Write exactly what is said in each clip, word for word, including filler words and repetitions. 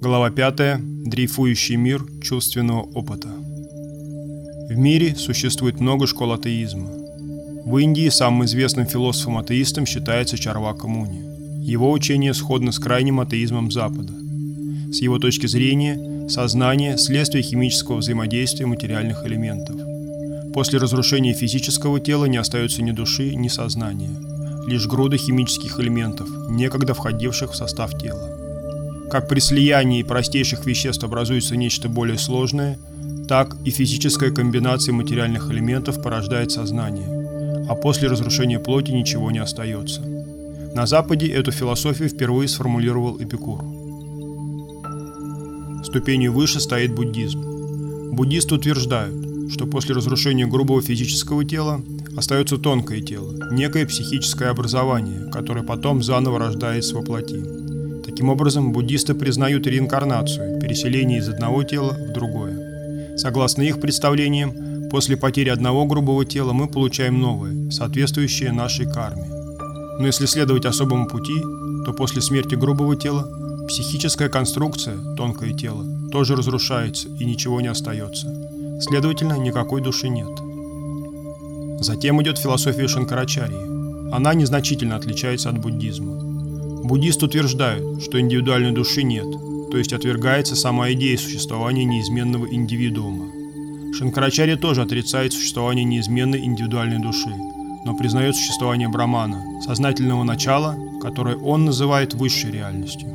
Глава пятая. Дрейфующий мир чувственного опыта. В мире существует много школ атеизма. В Индии самым известным философом-атеистом считается Чарвака Муни. Его учение сходно с крайним атеизмом Запада. С его точки зрения, сознание – следствие химического взаимодействия материальных элементов. После разрушения физического тела не остается ни души, ни сознания. Лишь груда химических элементов, некогда входивших в состав тела. Как при слиянии простейших веществ образуется нечто более сложное, так и физическая комбинация материальных элементов порождает сознание, а после разрушения плоти ничего не остается. На Западе эту философию впервые сформулировал Эпикур. Ступенью выше стоит буддизм. Буддисты утверждают, что после разрушения грубого физического тела остается тонкое тело, некое психическое образование, которое потом заново рождается во плоти. Таким образом, буддисты признают реинкарнацию, переселение из одного тела в другое. Согласно их представлениям, после потери одного грубого тела мы получаем новое, соответствующее нашей карме. Но если следовать особому пути, то после смерти грубого тела психическая конструкция, тонкое тело, тоже разрушается и ничего не остается. Следовательно, никакой души нет. Затем идет философия Шанкарачарьи. Она незначительно отличается от буддизма. Буддисты утверждают, что индивидуальной души нет, то есть отвергается сама идея существования неизменного индивидуума. Шанкарачарья тоже отрицает существование неизменной индивидуальной души, но признает существование Брахмана, сознательного начала, которое он называет высшей реальностью.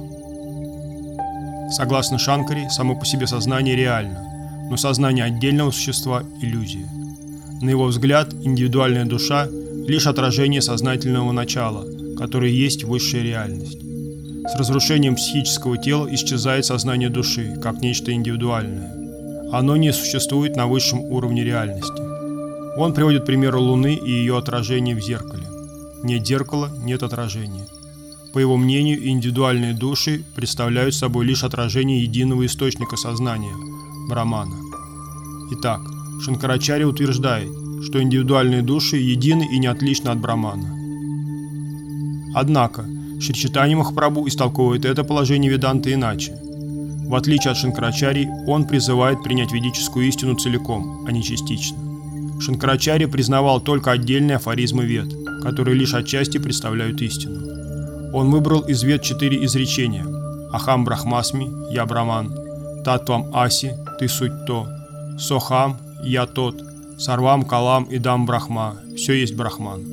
Согласно Шанкаре, само по себе сознание реально, но сознание отдельного существа – иллюзия. На его взгляд, индивидуальная душа – лишь отражение сознательного начала, которое есть высшая реальность. С разрушением психического тела исчезает сознание души, как нечто индивидуальное. Оно не существует на высшем уровне реальности. Он приводит пример Луны и ее отражения в зеркале. Нет зеркала, нет отражения. По его мнению, индивидуальные души представляют собой лишь отражение единого источника сознания – Брахмана. Итак, Шанкарачарья утверждает, что индивидуальные души едины и не отличны от Брахмана. Однако, Шри Чайтанья Махапрабху истолковывает это положение Веданты иначе. В отличие от Шанкарачарьи, он призывает принять ведическую истину целиком, а не частично. Шанкарачарья признавал только отдельные афоризмы Вед, которые лишь отчасти представляют истину. Он выбрал из Вед четыре изречения: «Ахам Брахмасми, я Браман», «Татвам Аси, ты суть то», «Сохам, я тот», «Сарвам Калам Идам Брахма, все есть Брахман».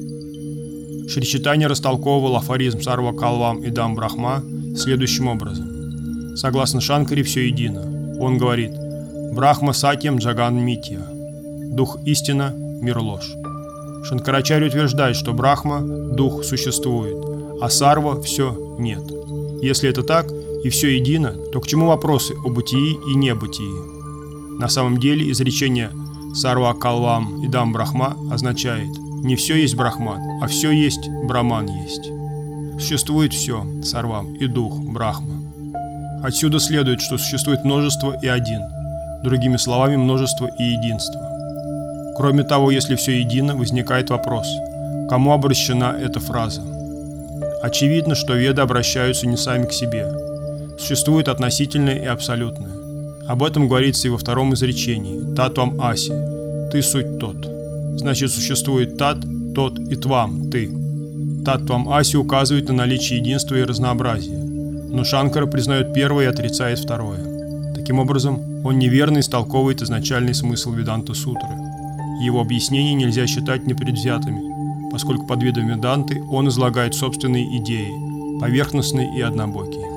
Шри Чайтанья растолковывал афоризм «Сарва Калвам Идам Брахма» следующим образом. Согласно Шанкаре, все едино. Он говорит: «Брахма Сатьям Джаган Митья», «Дух истина, мир ложь». Шанкарачарья утверждает, что Брахма, Дух, существует, а Сарва – все нет. Если это так и все едино, то к чему вопросы о бытии и небытии? На самом деле изречение «Сарва Калвам Идам Брахма» означает: не все есть Брахман, а все есть Браман есть. Существует все, Сарвам, и Дух, Брахма. Отсюда следует, что существует множество и один, другими словами, множество и единство. Кроме того, если все едино, возникает вопрос: кому обращена эта фраза? Очевидно, что Веды обращаются не сами к себе. Существует относительное и абсолютное. Об этом говорится и во втором изречении «Татвам Аси», «Ты суть тот». Значит, существует Тат, Тот и Твам, Ты. Таттвам Аси указывает на наличие единства и разнообразия, но Шанкара признает первое и отрицает второе. Таким образом, он неверно истолковывает изначальный смысл Веданта-сутры. Его объяснения нельзя считать непредвзятыми, поскольку под видом Веданты он излагает собственные идеи, поверхностные и однобокие.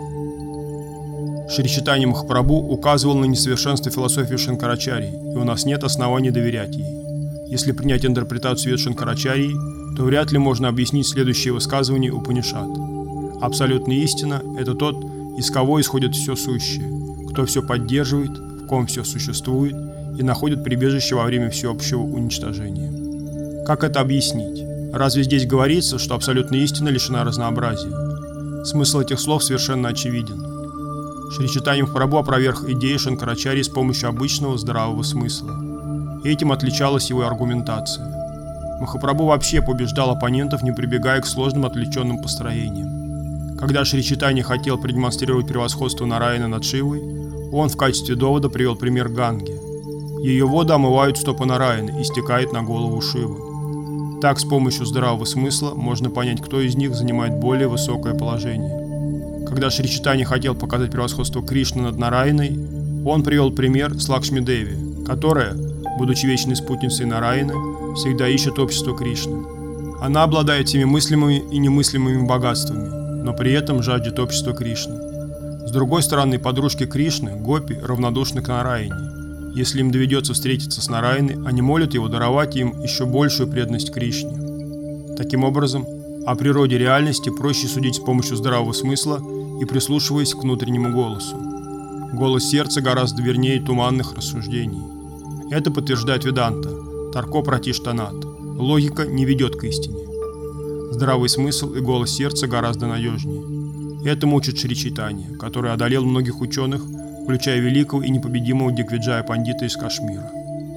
Шри Чайтанья Махапрабху указывал на несовершенство философии Шанкарачарьи, и у нас нет оснований доверять ей. Если принять интерпретацию Вед Шанкарачарьи, то вряд ли можно объяснить следующее высказывание Упанишад. Абсолютная истина – это тот, из кого исходит все сущее, кто все поддерживает, в ком все существует и находит прибежище во время всеобщего уничтожения. Как это объяснить? Разве здесь говорится, что абсолютная истина лишена разнообразия? Смысл этих слов совершенно очевиден. Шри Чайтанья Махапрабху опроверг идеи Шанкарачарьи с помощью обычного здравого смысла. Этим отличалась его аргументация. Махапрабху вообще побеждал оппонентов, не прибегая к сложным отвлеченным построениям. Когда Шри Чайтанья хотел продемонстрировать превосходство Нараяны над Шивой, он в качестве довода привел пример Ганги. Ее воды омывают стопы Нараяны и стекают на голову Шивы. Так, с помощью здравого смысла можно понять, кто из них занимает более высокое положение. Когда Шри Чайтанья хотел показать превосходство Кришны над Нараяной, он привел пример с Лакшми-Деви, которая, будучи вечной спутницей Нараяны, всегда ищет общество Кришны. Она обладает всеми мыслимыми и немыслимыми богатствами, но при этом жаждет общества Кришны. С другой стороны, подружки Кришны, гопи, равнодушны к Нараяне. Если им доведется встретиться с Нараяной, они молят его даровать им еще большую преданность Кришне. Таким образом, о природе реальности проще судить с помощью здравого смысла и прислушиваясь к внутреннему голосу. Голос сердца гораздо вернее туманных рассуждений. Это подтверждает Веданта, Тарко Пратиштанат. Логика не ведет к истине. Здравый смысл и голос сердца гораздо надежнее. Этому учит Шри Чайтанья, который одолел многих ученых, включая великого и непобедимого Дигвиджая Пандита из Кашмира.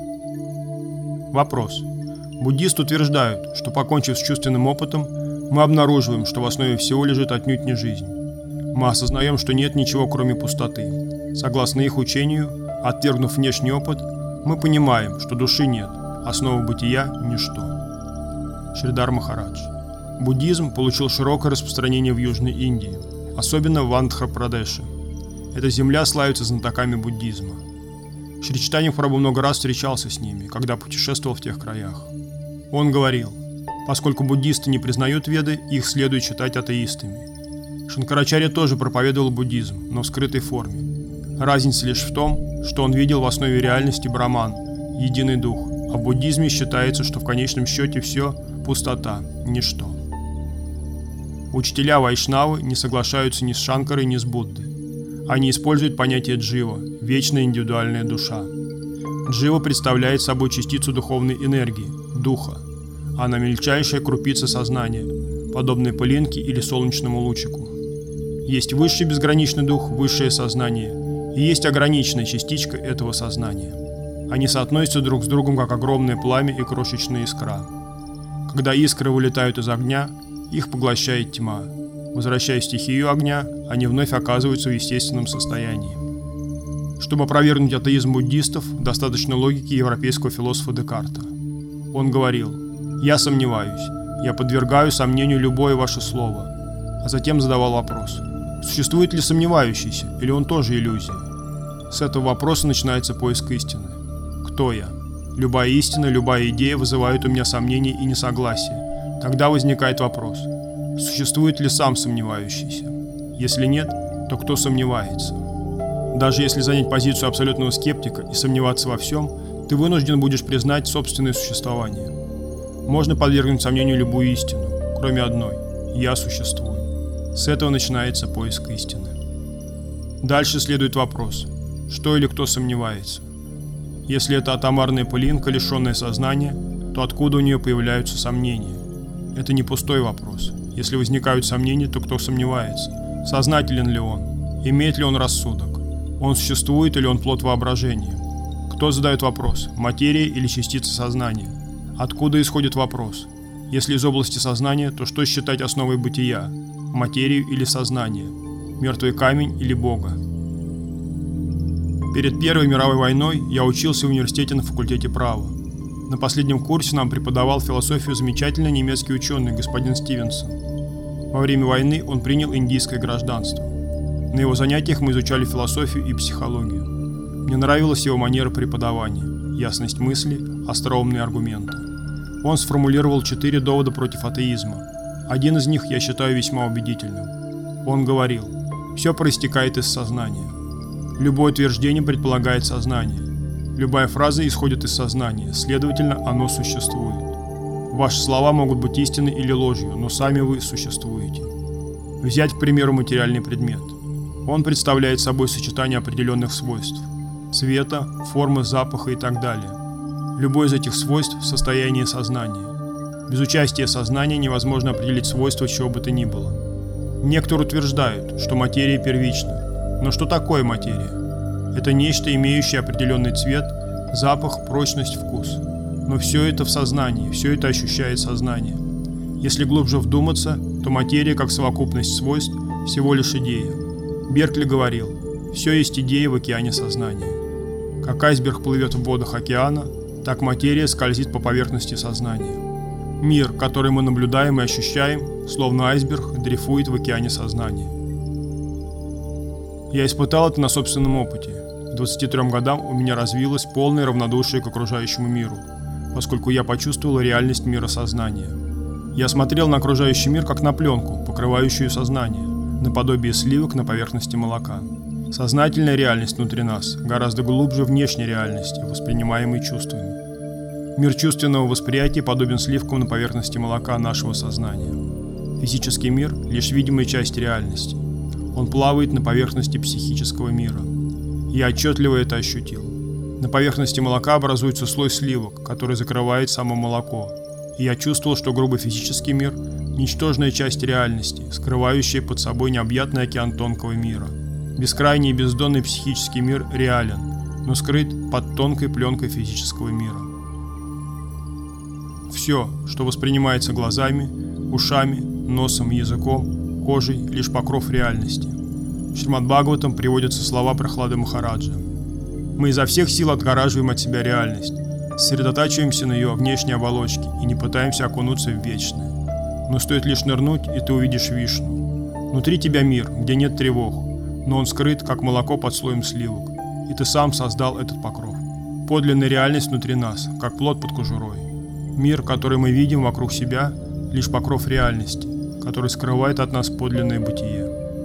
Вопрос. Буддисты утверждают, что, покончив с чувственным опытом, мы обнаруживаем, что в основе всего лежит отнюдь не жизнь. Мы осознаем, что нет ничего, кроме пустоты. Согласно их учению, отвергнув внешний опыт, мы понимаем, что души нет, основа бытия – ничто. Шридар Махарадж. Буддизм получил широкое распространение в Южной Индии, особенно в Андхра-Прадеше. Эта земля славится знатоками буддизма. Шри Чайтанья Прабху много раз встречался с ними, когда путешествовал в тех краях. Он говорил, поскольку буддисты не признают Веды, их следует считать атеистами. Шанкарачарья тоже проповедовал буддизм, но в скрытой форме. Разница лишь в том, что он видел в основе реальности Браман, единый дух, а в буддизме считается, что в конечном счете все – пустота, ничто. Учителя вайшнавы не соглашаются ни с Шанкарой, ни с Буддой. Они используют понятие джива – вечная индивидуальная душа. Джива представляет собой частицу духовной энергии, духа. Она мельчайшая крупица сознания, подобная пылинке или солнечному лучику. Есть высший безграничный дух, высшее сознание, и есть ограниченная частичка этого сознания. Они соотносятся друг с другом, как огромное пламя и крошечная искра. Когда искры вылетают из огня, их поглощает тьма. Возвращая стихию огня, они вновь оказываются в естественном состоянии. Чтобы опровергнуть атеизм буддистов, достаточно логики европейского философа Декарта. Он говорил: «Я сомневаюсь, я подвергаю сомнению любое ваше слово», а затем задавал вопрос: существует ли сомневающийся, или он тоже иллюзия? С этого вопроса начинается поиск истины. Кто я? Любая истина, любая идея вызывают у меня сомнения и несогласие. Тогда возникает вопрос: существует ли сам сомневающийся? Если нет, то кто сомневается? Даже если занять позицию абсолютного скептика и сомневаться во всем, ты вынужден будешь признать собственное существование. Можно подвергнуть сомнению любую истину, кроме одной – «Я существую». С этого начинается поиск истины. Дальше следует вопрос: что или кто сомневается? Если это атомарная пылинка, лишенная сознания, то откуда у нее появляются сомнения? Это не пустой вопрос. Если возникают сомнения, то кто сомневается? Сознателен ли он? Имеет ли он рассудок? Он существует или он плод воображения? Кто задает вопрос: материя или частица сознания? Откуда исходит вопрос? Если из области сознания, то что считать основой бытия? Материю или сознание? Мертвый камень или Бога? Перед Первой мировой войной я учился в университете на факультете права. На последнем курсе нам преподавал философию замечательный немецкий ученый господин Стивенсон. Во время войны он принял индийское гражданство. На его занятиях мы изучали философию и психологию. Мне нравилась его манера преподавания, ясность мысли, остроумные аргументы. Он сформулировал четыре довода против атеизма. Один из них я считаю весьма убедительным. Он говорил: все проистекает из сознания. Любое утверждение предполагает сознание. Любая фраза исходит из сознания, следовательно, оно существует. Ваши слова могут быть истиной или ложью, но сами вы существуете. Взять, к примеру, материальный предмет. Он представляет собой сочетание определенных свойств – цвета, формы, запаха и так далее. Любое из этих свойств в состоянии сознания. Без участия сознания невозможно определить свойства чего бы то ни было. Некоторые утверждают, что материя первична. Но что такое материя? Это нечто, имеющее определенный цвет, запах, прочность, вкус. Но все это в сознании, все это ощущает сознание. Если глубже вдуматься, то материя, как совокупность свойств, всего лишь идея. Беркли говорил: все есть идея в океане сознания. Как айсберг плывет в водах океана, так материя скользит по поверхности сознания. Мир, который мы наблюдаем и ощущаем, словно айсберг, дрейфует в океане сознания. Я испытал это на собственном опыте. К двадцати трём годам у меня развилось полное равнодушие к окружающему миру, поскольку я почувствовал реальность мира сознания. Я смотрел на окружающий мир как на пленку, покрывающую сознание, наподобие сливок на поверхности молока. Сознательная реальность внутри нас гораздо глубже внешней реальности, воспринимаемой чувствами. Мир чувственного восприятия подобен сливкам на поверхности молока нашего сознания. Физический мир – лишь видимая часть реальности. Он плавает на поверхности психического мира. Я отчетливо это ощутил. На поверхности молока образуется слой сливок, который закрывает само молоко. И я чувствовал, что грубый физический мир – ничтожная часть реальности, скрывающая под собой необъятный океан тонкого мира. Бескрайний и бездонный психический мир реален, но скрыт под тонкой пленкой физического мира. Все, что воспринимается глазами, ушами, носом и языком, кожей, лишь покров реальности. В Шримад Бхагаватам приводятся слова Прохлады Махараджа. Мы изо всех сил отгораживаем от себя реальность, сосредотачиваемся на ее внешней оболочке и не пытаемся окунуться в вечное. Но стоит лишь нырнуть, и ты увидишь Вишну. Внутри тебя мир, где нет тревог, но он скрыт, как молоко под слоем сливок, и ты сам создал этот покров. Подлинная реальность внутри нас, как плод под кожурой. Мир, который мы видим вокруг себя, лишь покров реальности, который скрывает от нас подлинное бытие.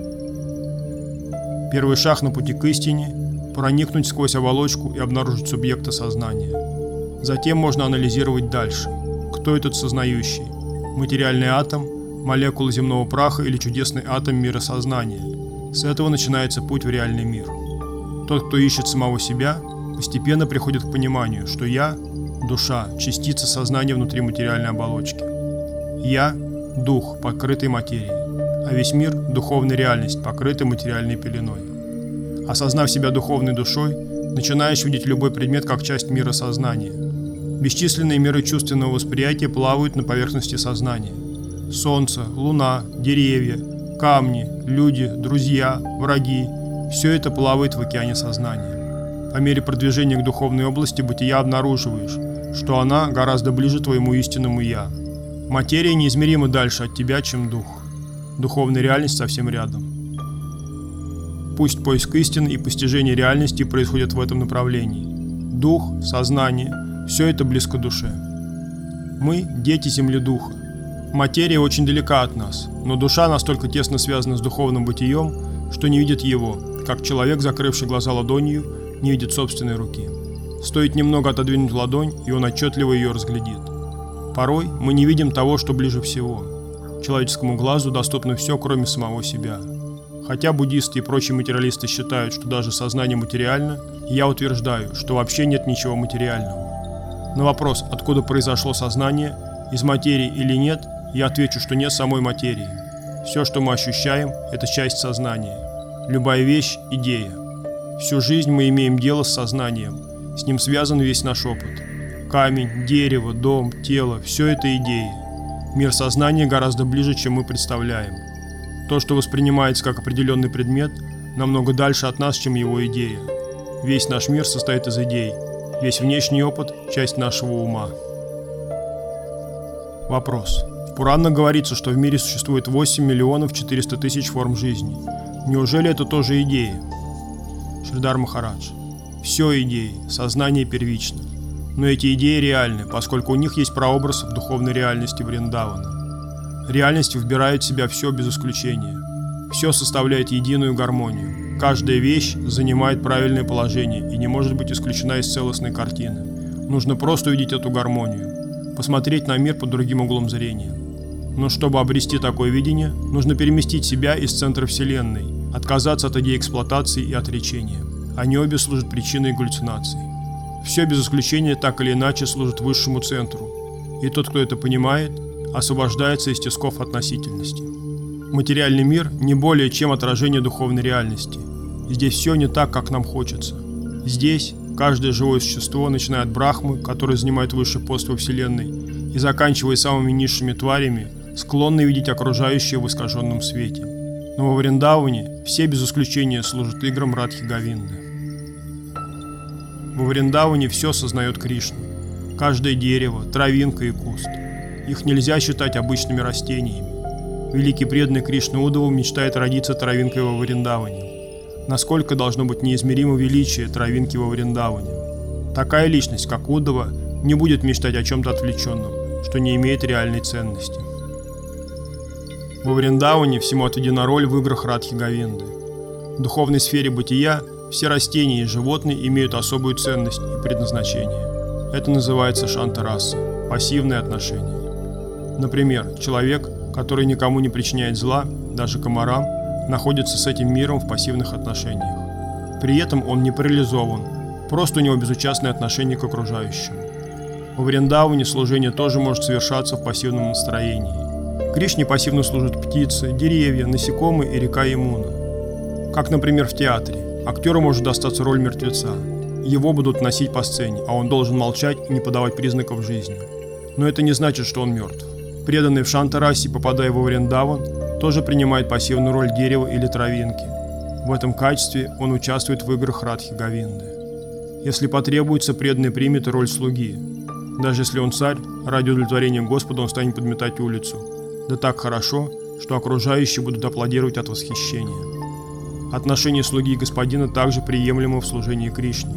Первый шаг на пути к истине – проникнуть сквозь оболочку и обнаружить субъекта сознания. Затем можно анализировать дальше. Кто этот сознающий? Материальный атом, молекула земного праха или чудесный атом мира сознания? С этого начинается путь в реальный мир. Тот, кто ищет самого себя, постепенно приходит к пониманию, что я – душа, частица сознания внутри материальной оболочки. Я – дух, покрытый материей, а весь мир – духовная реальность, покрытая материальной пеленой. Осознав себя духовной душой, начинаешь видеть любой предмет как часть мира сознания. Бесчисленные миры чувственного восприятия плавают на поверхности сознания. Солнце, луна, деревья, камни, люди, друзья, враги – все это плавает в океане сознания. По мере продвижения к духовной области бытия обнаруживаешь, что она гораздо ближе твоему истинному «я». Материя неизмеримо дальше от тебя, чем дух. Духовная реальность совсем рядом. Пусть поиск истины и постижение реальности происходят в этом направлении. Дух, сознание – все это близко душе. Мы – дети Земли Духа. Материя очень далека от нас, но душа настолько тесно связана с духовным бытием, что не видит его, как человек, закрывший глаза ладонью, не видит собственной руки. Стоит немного отодвинуть ладонь, и он отчетливо ее разглядит. Порой мы не видим того, что ближе всего. Человеческому глазу доступно все, кроме самого себя. Хотя буддисты и прочие материалисты считают, что даже сознание материально, я утверждаю, что вообще нет ничего материального. На вопрос, откуда произошло сознание, из материи или нет, я отвечу, что нет самой материи. Все, что мы ощущаем, это часть сознания. Любая вещь – идея. Всю жизнь мы имеем дело с сознанием, с ним связан весь наш опыт. Камень, дерево, дом, тело – все это идеи. Мир сознания гораздо ближе, чем мы представляем. То, что воспринимается как определенный предмет, намного дальше от нас, чем его идея. Весь наш мир состоит из идей. Весь внешний опыт – часть нашего ума. Вопрос. В Пуранах говорится, что в мире существует восемь миллионов четыреста тысяч форм жизни. Неужели это тоже идеи? Шридар Махарадж. Все идеи, сознание первично. Но эти идеи реальны, поскольку у них есть прообраз в духовной реальности Вриндавана. Реальность вбирает в себя все без исключения. Все составляет единую гармонию. Каждая вещь занимает правильное положение и не может быть исключена из целостной картины. Нужно просто увидеть эту гармонию, посмотреть на мир под другим углом зрения. Но чтобы обрести такое видение, нужно переместить себя из центра Вселенной, отказаться от идеи эксплуатации и отречения. Они обе служат причиной галлюцинаций. Все без исключения так или иначе служит высшему центру. И тот, кто это понимает, освобождается из тисков относительности. Материальный мир не более чем отражение духовной реальности. Здесь все не так, как нам хочется. Здесь каждое живое существо, начиная от Брахмы, который занимает высший пост во Вселенной, и заканчивая самыми низшими тварями, склонны видеть окружающее в искаженном свете. Но во Вриндаване все без исключения служат играм Радхи Говинды. Во Вриндаване все сознает Кришну. Каждое дерево, травинка и куст. Их нельзя считать обычными растениями. Великий преданный Кришна Уддава мечтает родиться травинкой во Вриндаване. Насколько должно быть неизмеримо величие травинки во Вриндаване. Такая личность, как Уддава, не будет мечтать о чем-то отвлеченном, что не имеет реальной ценности. Во Вриндаване всему отведена роль в играх Радхи Говинды. В духовной сфере бытия все растения и животные имеют особую ценность и предназначение. Это называется шанта-раса – пассивные отношения. Например, человек, который никому не причиняет зла, даже комарам, находится с этим миром в пассивных отношениях. При этом он не парализован, просто у него безучастное отношение к окружающим. Во Вриндаване служение тоже может совершаться в пассивном настроении. Кришне пассивно служат птицы, деревья, насекомые и река Ямуна. Как, например, в театре. Актеру может достаться роль мертвеца. Его будут носить по сцене, а он должен молчать и не подавать признаков жизни. Но это не значит, что он мертв. Преданный в шанта-расе, попадая во Вриндаван, тоже принимает пассивную роль дерева или травинки. В этом качестве он участвует в играх Радхи Говинды. Если потребуется, преданный примет роль слуги. Даже если он царь, ради удовлетворения Господа он станет подметать улицу. Да так хорошо, что окружающие будут аплодировать от восхищения. Отношение слуги и господина также приемлемо в служении Кришне.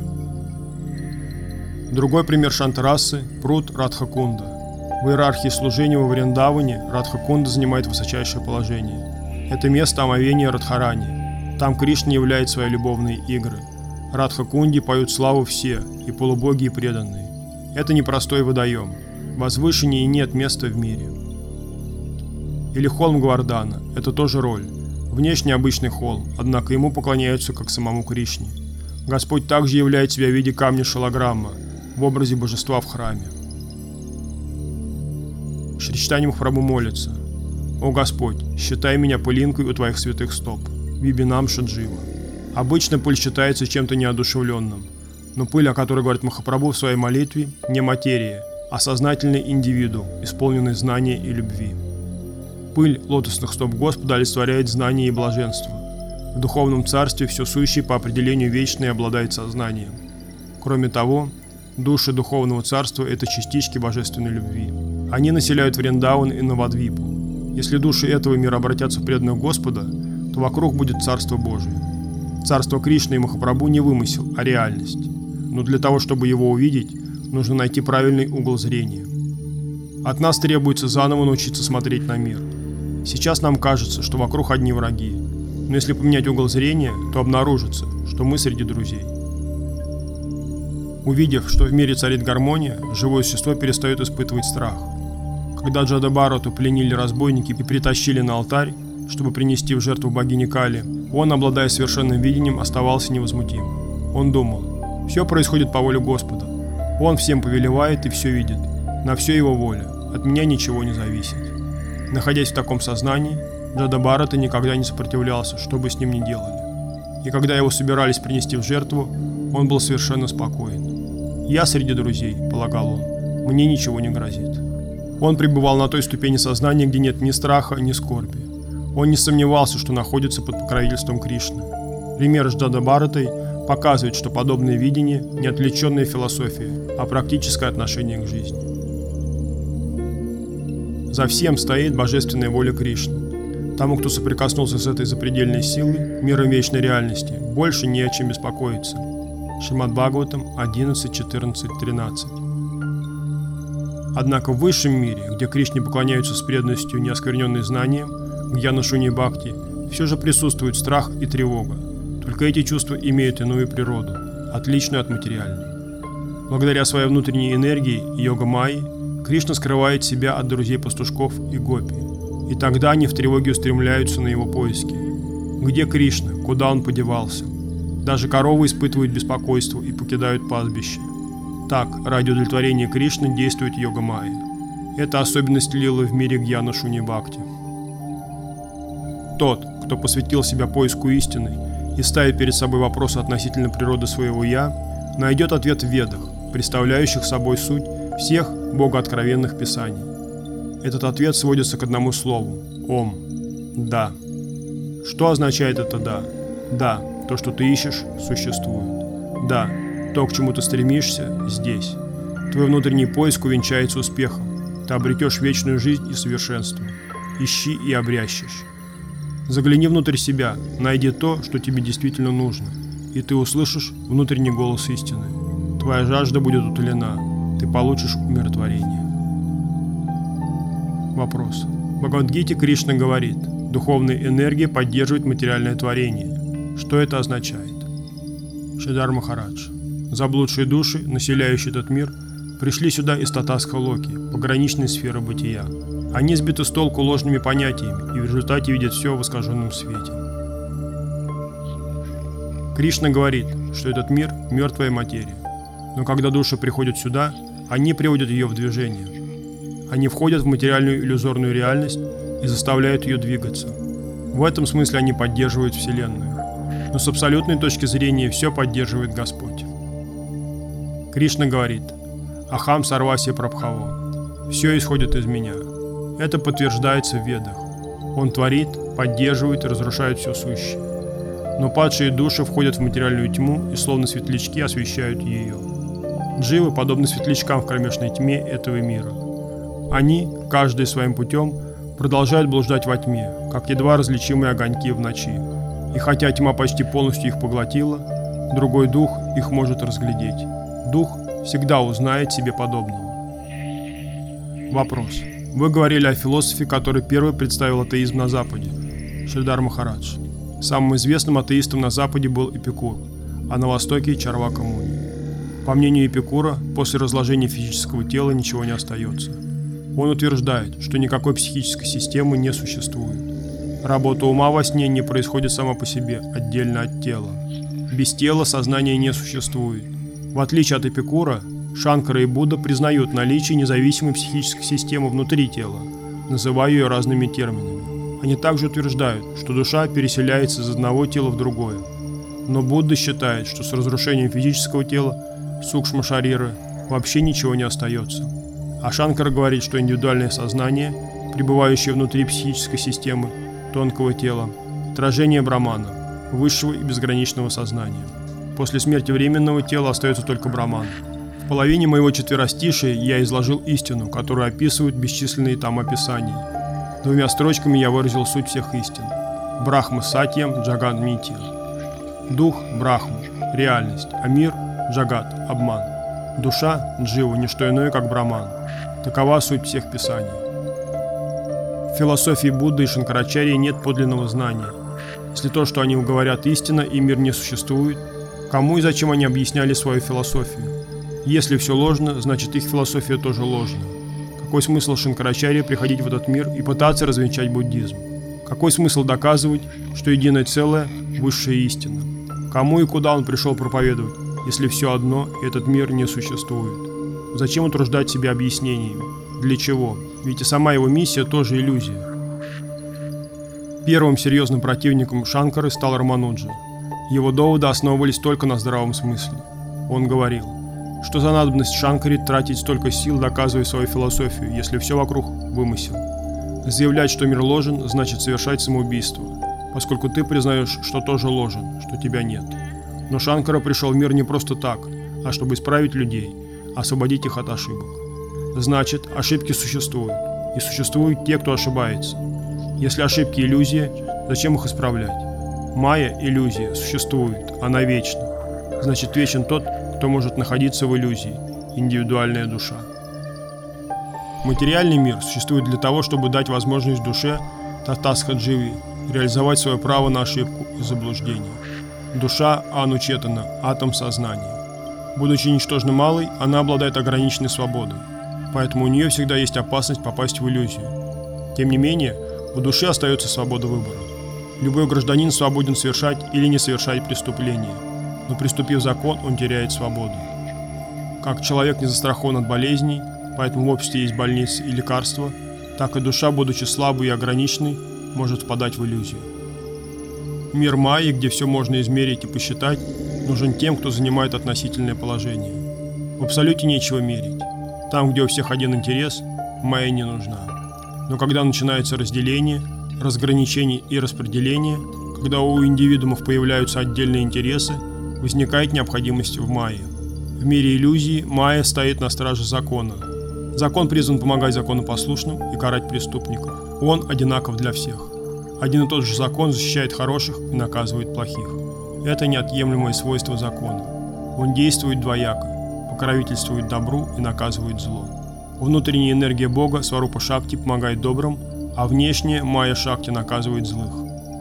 Другой пример шанта-расы – пруд Радха-кунда. В иерархии служения во Вриндаване Радха-кунда занимает высочайшее положение. Это место омовения Радхарани. Там Кришна являет свои любовные игры. Радха-кунде поют славу все, и полубоги, и преданные. Это непростой водоем. Возвышеннее нет места в мире. Или холм Гвардана – это тоже роль. Внешне обычный холм, однако ему поклоняются как самому Кришне. Господь также являет себя в виде камня шалаграмма, в образе божества в храме. Шри Чайтанья Махапрабху молится: «О Господь, считай меня пылинкой у Твоих святых стоп, Вибинам Шаджива». Обычно пыль считается чем-то неодушевленным, но пыль, о которой говорит Махапрабху в своей молитве, не материя, а сознательный индивидуум, исполненный знания и любви. Пыль лотосных стоп Господа олицетворяет знание и блаженство. В духовном царстве все сущее по определению вечное обладает сознанием. Кроме того, души духовного царства – это частички божественной любви. Они населяют Вриндаван и Навадвипу. Если души этого мира обратятся в преданных Господа, то вокруг будет Царство Божие. Царство Кришны и Махапрабху не вымысел, а реальность. Но для того, чтобы его увидеть, нужно найти правильный угол зрения. От нас требуется заново научиться смотреть на мир. Сейчас нам кажется, что вокруг одни враги. Но если поменять угол зрения, то обнаружится, что мы среди друзей. Увидев, что в мире царит гармония, живое существо перестает испытывать страх. Когда Джадабарату пленили разбойники и притащили на алтарь, чтобы принести в жертву богине Кали, он, обладая совершенным видением, оставался невозмутим. Он думал: все происходит по воле Господа. Он всем повелевает и все видит. На все его воля. От меня ничего не зависит. Находясь в таком сознании, Джадабарата никогда не сопротивлялся, что бы с ним ни делали. И когда его собирались принести в жертву, он был совершенно спокоен. «Я среди друзей», — полагал он, — «мне ничего не грозит». Он пребывал на той ступени сознания, где нет ни страха, ни скорби. Он не сомневался, что находится под покровительством Кришны. Пример с Джадабаратой показывает, что подобное видение – не отвлеченная философия, а практическое отношение к жизни. За всем стоит божественная воля Кришны. Тому, кто соприкоснулся с этой запредельной силой, миром вечной реальности, больше не о чем беспокоиться. Шримад Бхагаватам одиннадцать, четырнадцать, тринадцать. Однако в высшем мире, где Кришне поклоняются с преданностью, неоскверненной знанием, гьяна шунья бхакти, все же присутствует страх и тревога. Только эти чувства имеют иную природу, отличную от материальной. Благодаря своей внутренней энергии йога-майи, Кришна скрывает себя от друзей-пастушков и гопи. И тогда они в тревоге устремляются на его поиски. Где Кришна? Куда он подевался? Даже коровы испытывают беспокойство и покидают пастбище. Так, ради удовлетворения Кришны действует йога-майя. Это особенность лилы в мире гьяна шунья бхакти. Тот, кто посвятил себя поиску истины и ставит перед собой вопросы относительно природы своего «я», найдет ответ в ведах, представляющих собой суть всех богооткровенных писаний. Этот ответ сводится к одному слову – «Ом» – «Да». Что означает это «да»? Да, то, что ты ищешь, существует. Да, то, к чему ты стремишься, здесь. Твой внутренний поиск увенчается успехом. Ты обретешь вечную жизнь и совершенство. Ищи и обрящешь. Загляни внутрь себя, найди то, что тебе действительно нужно, и ты услышишь внутренний голос истины. Твоя жажда будет утолена, ты получишь умиротворение. Вопрос. В Бхагавад-гите Кришна говорит: духовная энергия поддерживает материальное творение. Что это означает? Шридар Махарадж. Заблудшие души, населяющие этот мир, пришли сюда из Татастха-локи, пограничной сферы бытия. Они сбиты с толку ложными понятиями и в результате видят все в искаженном свете. Кришна говорит, что этот мир – мертвая материя. Но когда души приходят сюда, они приводят ее в движение. Они входят в материальную иллюзорную реальность и заставляют ее двигаться. В этом смысле они поддерживают Вселенную. Но с абсолютной точки зрения все поддерживает Господь. Кришна говорит: «Ахам сарваси прабхаво». Все исходит из меня. Это подтверждается в Ведах. Он творит, поддерживает и разрушает все сущее. Но падшие души входят в материальную тьму и словно светлячки освещают ее. Дживы подобны светлячкам в кромешной тьме этого мира. Они, каждый своим путем, продолжают блуждать во тьме, как едва различимые огоньки в ночи. И хотя тьма почти полностью их поглотила, другой дух их может разглядеть. Дух всегда узнает себе подобного. Вопрос. Вы говорили о философе, который первый представил атеизм на Западе, Шридар Махарадж. Самым известным атеистом на Западе был Эпикур, а на Востоке – Чарвака Муни. По мнению Эпикура, после разложения физического тела ничего не остается. Он утверждает, что никакой психической системы не существует. Работа ума во сне не происходит сама по себе, отдельно от тела. Без тела сознания не существует. В отличие от Эпикура, Шанкара и Будда признают наличие независимой психической системы внутри тела, называя ее разными терминами. Они также утверждают, что душа переселяется из одного тела в другое. Но Будда считает, что с разрушением физического тела, сукшма-шариры, вообще ничего не остается. А Шанкара говорит, что индивидуальное сознание, пребывающее внутри психической системы тонкого тела, отражение Брамана, высшего и безграничного сознания. После смерти временного тела остается только Браман. В половине моего четверостишия я изложил истину, которую описывают бесчисленные там описания. Двумя строчками я выразил суть всех истин. Брахма Сатьям, Джагат Митья. Дух – Брахма, реальность, а мир – Джагат, обман. Душа – Джива, не что иное, как Браман. Такова суть всех писаний. В философии Будды и Шанкарачарьи нет подлинного знания. Если то, что они говорят, истина и мир не существует, кому и зачем они объясняли свою философию? Если все ложно, значит их философия тоже ложная. Какой смысл Шанкарачарьи приходить в этот мир и пытаться развенчать буддизм? Какой смысл доказывать, что единое целое – высшая истина? Кому и куда он пришел проповедовать, если все одно и этот мир не существует? Зачем утруждать себя объяснениями? Для чего? Ведь и сама его миссия тоже иллюзия. Первым серьезным противником Шанкары стал Рамануджа. Его доводы основывались только на здравом смысле. Он говорил, что за надобность Шанкаре тратить столько сил, доказывая свою философию, если все вокруг вымысел. Заявлять, что мир ложен, значит совершать самоубийство, поскольку ты признаешь, что тоже ложен, что тебя нет. Но Шанкара пришел в мир не просто так, а чтобы исправить людей, освободить их от ошибок. Значит, ошибки существуют, и существуют те, кто ошибается. Если ошибки – иллюзия, зачем их исправлять? Майя – иллюзия, существует, она вечна. Значит, вечен тот, кто может находиться в иллюзии, индивидуальная душа. Материальный мир существует для того, чтобы дать возможность душе, Татастха-дживе, реализовать свое право на ошибку и заблуждение. Душа – анучетана, атом сознания. Будучи ничтожно малой, она обладает ограниченной свободой, поэтому у нее всегда есть опасность попасть в иллюзию. Тем не менее, у души остается свобода выбора. Любой гражданин свободен совершать или не совершать преступления, но приступив закон, он теряет свободу. Как человек не застрахован от болезней, поэтому в обществе есть больницы и лекарства, так и душа, будучи слабой и ограниченной, может впадать в иллюзию. Мир Майи, где все можно измерить и посчитать, нужен тем, кто занимает относительное положение. В абсолюте нечего мерить. Там, где у всех один интерес, Майя не нужна. Но когда начинается разделение, разграничения и распределения, когда у индивидуумов появляются отдельные интересы, возникает необходимость в майе. В мире иллюзий майя стоит на страже закона. Закон призван помогать законопослушным и карать преступников. Он одинаков для всех. Один и тот же закон защищает хороших и наказывает плохих. Это неотъемлемое свойство закона. Он действует двояко, покровительствует добру и наказывает зло. Внутренняя энергия Бога, Сварупа Шакти, помогает добрым, а внешняя Майя Шакти наказывает злых.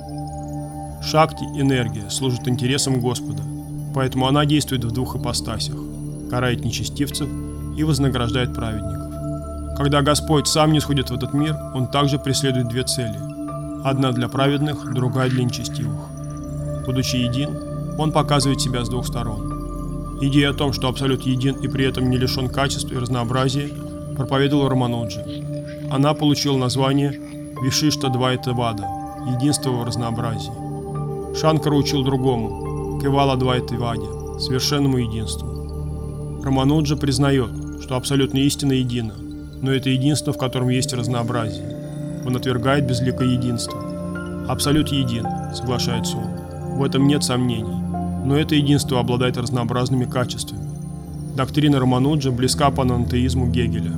Шакти, энергия, служит интересам Господа, поэтому она действует в двух ипостасях – карает нечестивцев и вознаграждает праведников. Когда Господь сам не сходит в этот мир, Он также преследует две цели – одна для праведных, другая для нечестивых. Будучи един, Он показывает себя с двух сторон. Идея о том, что Абсолют един и при этом не лишен качеств и разнообразия, проповедовал Рамануджа. Она получила название Вишишта-двайтавада – единство в разнообразии. Шанкара учил другому – Кевала-двайтаваде – совершенному единству. Рамануджа признает, что абсолютная истина едина, но это единство, в котором есть разнообразие. Он отвергает безликое единство. Абсолют един, соглашается он. В этом нет сомнений. Но это единство обладает разнообразными качествами. Доктрина Рамануджа близка панантеизму Гегеля.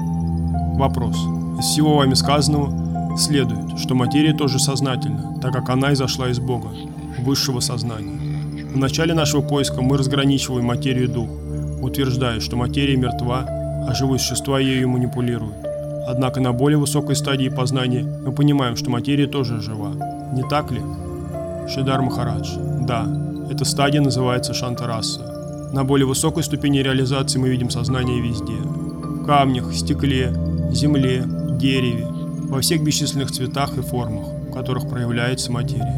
Вопрос. Из всего вами сказанного следует, что материя тоже сознательна, так как она изошла из Бога, высшего сознания. В начале нашего поиска мы разграничиваем материю и дух, утверждая, что материя мертва, а живые существа ею манипулируют. Однако на более высокой стадии познания мы понимаем, что материя тоже жива. Не так ли? Шридар Махарадж. Да, эта стадия называется Шантараса. На более высокой ступени реализации мы видим сознание везде. В камнях, стекле, земле, дереве, во всех бесчисленных цветах и формах, в которых проявляется материя.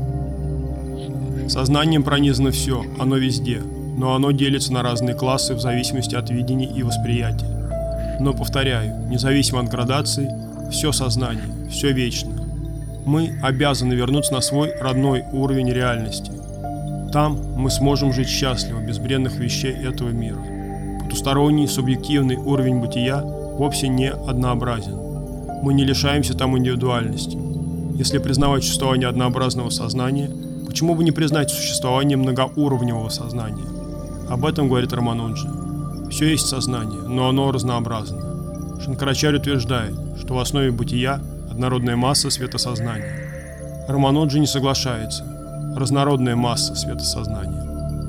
Сознанием пронизано все, оно везде, но оно делится на разные классы в зависимости от видения и восприятия. Но, повторяю, независимо от градации, все сознание, все вечно. Мы обязаны вернуться на свой родной уровень реальности. Там мы сможем жить счастливо, без бренных вещей этого мира. Потусторонний, субъективный уровень бытия вовсе не однообразен. Мы не лишаемся там индивидуальности. Если признавать существование однообразного сознания, почему бы не признать существование многоуровневого сознания? Об этом говорит Рамануджа. Все есть сознание, но оно разнообразно. Шанкарачарья утверждает, что в основе бытия однородная масса светосознания. Рамануджа не соглашается. Разнородная масса светосознания.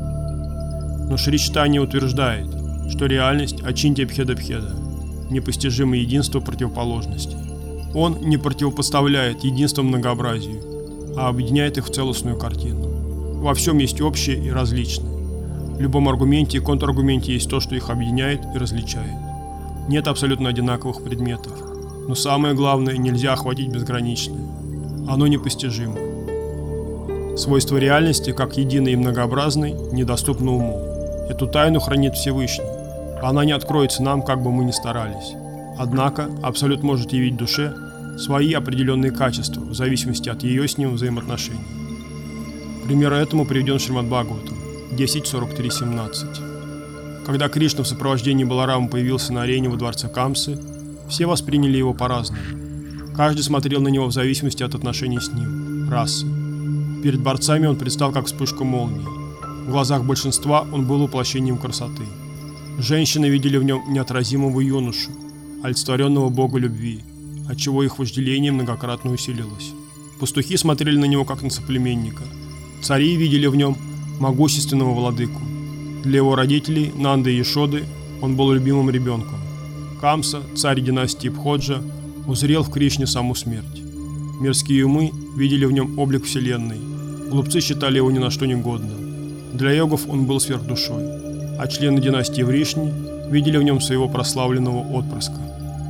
Но Шри Чайтанья утверждает, что реальность Ачинтья-бхеда-бхеда – непостижимое единство противоположностей. Он не противопоставляет единство многообразию, а объединяет их в целостную картину. Во всем есть общее и различное. В любом аргументе и контраргументе есть то, что их объединяет и различает. Нет абсолютно одинаковых предметов. Но самое главное, нельзя охватить безграничное. Оно непостижимо. Свойство реальности, как единой и многообразной, недоступно уму. Эту тайну хранит Всевышний. Она не откроется нам, как бы мы ни старались. Однако Абсолют может явить душе свои определенные качества, в зависимости от ее с ним взаимоотношений. Пример этому приведен в Шримад-Бхагаватам десять сорок три семнадцать. Когда Кришна в сопровождении Баларама появился на арене во дворце Камсы, все восприняли его по-разному. Каждый смотрел на него в зависимости от отношений с ним, расы. Перед борцами он предстал как вспышка молнии. В глазах большинства он был воплощением красоты. Женщины видели в нем неотразимого юношу, олицетворенного бога любви, отчего их вожделение многократно усилилось. Пастухи смотрели на него как на соплеменника. Цари видели в нем могущественного владыку. Для его родителей, Нанды и Яшоды, он был любимым ребенком. Камса, царь династии Бходжа, узрел в Кришне саму смерть. Мирские умы видели в нем облик вселенной. Глупцы считали его ни на что не годным. Для йогов он был сверхдушой, а члены династии Вришни видели в нем своего прославленного отпрыска.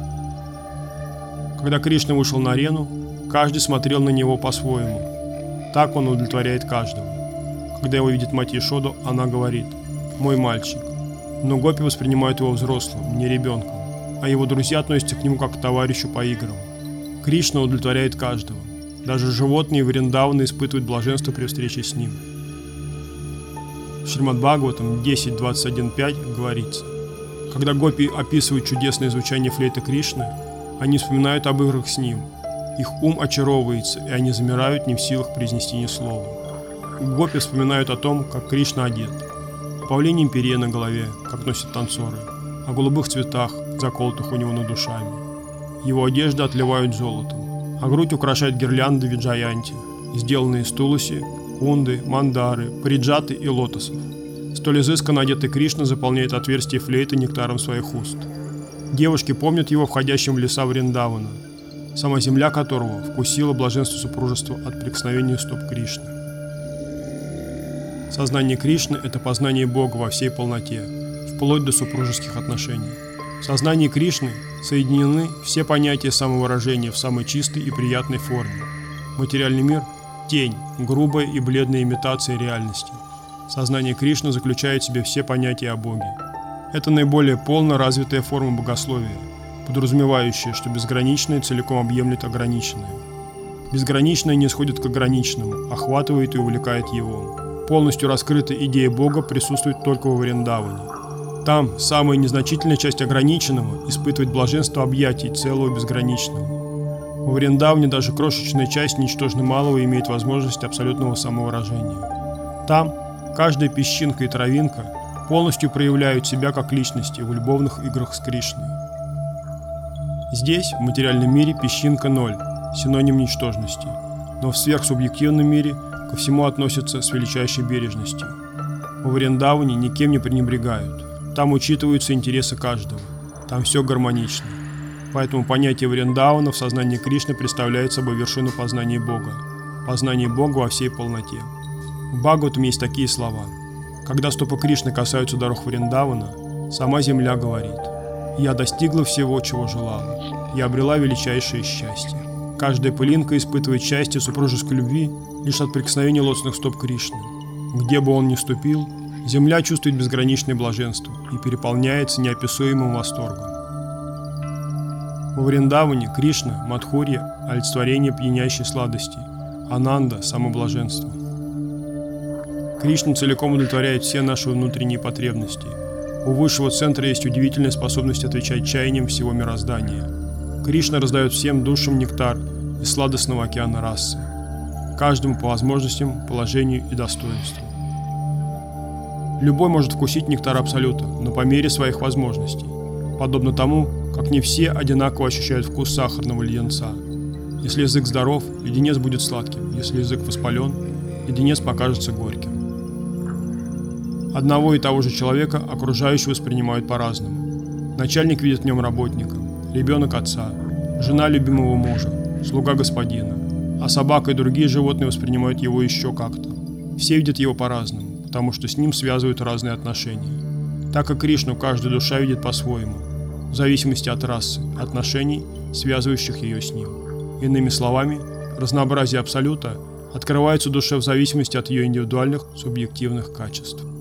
Когда Кришна вышел на арену, каждый смотрел на него по-своему. Так он удовлетворяет каждого. Когда его видит мать Яшоду, она говорит: «Мой мальчик». Но гопи воспринимают его взрослым, не ребенком, а его друзья относятся к нему как к товарищу по играм. Кришна удовлетворяет каждого. Даже животные Вриндавана испытывают блаженство при встрече с ним. В Шримад-Бхагаватам десять двадцать один пять говорится: когда гопи описывают чудесное звучание флейты Кришны, они вспоминают об играх с ним. Их ум очаровывается, и они замирают, не в силах произнести ни слова. Гопи вспоминают о том, как Кришна одет. О павлиньем перье на голове, как носят танцоры. О голубых цветах, заколотых у него над душами. Его одежды отливают золотом, а грудь украшает гирлянды виджаянти, сделанные из туласи, кунды, мандары, париджаты и лотосов. Столь изысканно одетый Кришна заполняет отверстие флейты нектаром своих уст. Девушки помнят его входящим в леса Вриндавана, сама земля которого вкусила блаженство супружества от прикосновения стоп Кришны. Сознание Кришны – это познание Бога во всей полноте, вплоть до супружеских отношений. В сознании Кришны соединены все понятия самовыражения в самой чистой и приятной форме. Материальный мир – тень, грубая и бледная имитация реальности. Сознание Кришны заключает в себе все понятия о Боге. Это наиболее полно развитая форма богословия, подразумевающая, что безграничное целиком объемлет ограниченное. Безграничное не сходит к ограниченному, охватывает и увлекает его. Полностью раскрытая идея Бога присутствует только во Вриндаване. Там самая незначительная часть ограниченного испытывает блаженство объятий целого безграничного. Во Вриндаване даже крошечная часть ничтожно малого имеет возможность абсолютного самовыражения. Там каждая песчинка и травинка полностью проявляют себя как личности в любовных играх с Кришной. Здесь, в материальном мире, песчинка ноль, синоним ничтожности, но в сверхсубъективном мире ко всему относятся с величайшей бережностью. Во Вриндаване никем не пренебрегают, там учитываются интересы каждого, там все гармонично. Поэтому понятие Вриндавана в сознании Кришны представляет собой вершину познания Бога, познание Бога во всей полноте. В Бхагаватам есть такие слова: когда стопы Кришны касаются дорог Вриндавана, сама земля говорит: «Я достигла всего, чего желала, я обрела величайшее счастье». Каждая пылинка испытывает счастье супружеской любви лишь от прикосновения лотосных стоп Кришны. Где бы он ни ступил, земля чувствует безграничное блаженство и переполняется неописуемым восторгом. Во Вриндаване Кришна, Мадхурья – олицетворение пьянящей сладости, Ананда – самоблаженство. Кришна целиком удовлетворяет все наши внутренние потребности. У высшего центра есть удивительная способность отвечать чаяниям всего мироздания. Кришна раздает всем душам нектар из сладостного океана расы, каждому по возможностям, положению и достоинству. Любой может вкусить нектар Абсолюта, но по мере своих возможностей, подобно тому, как не все одинаково ощущают вкус сахарного леденца. Если язык здоров, леденец будет сладким, если язык воспален, леденец покажется горьким. Одного и того же человека окружающие воспринимают по-разному. Начальник видит в нем работника, ребенок отца, жена любимого мужа, слуга господина, а собака и другие животные воспринимают его еще как-то. Все видят его по-разному, потому что с ним связывают разные отношения. Так и Кришну каждая душа видит по-своему, в зависимости от расы, отношений, связывающих ее с ним. Иными словами, разнообразие Абсолюта открывается душе в зависимости от ее индивидуальных субъективных качеств.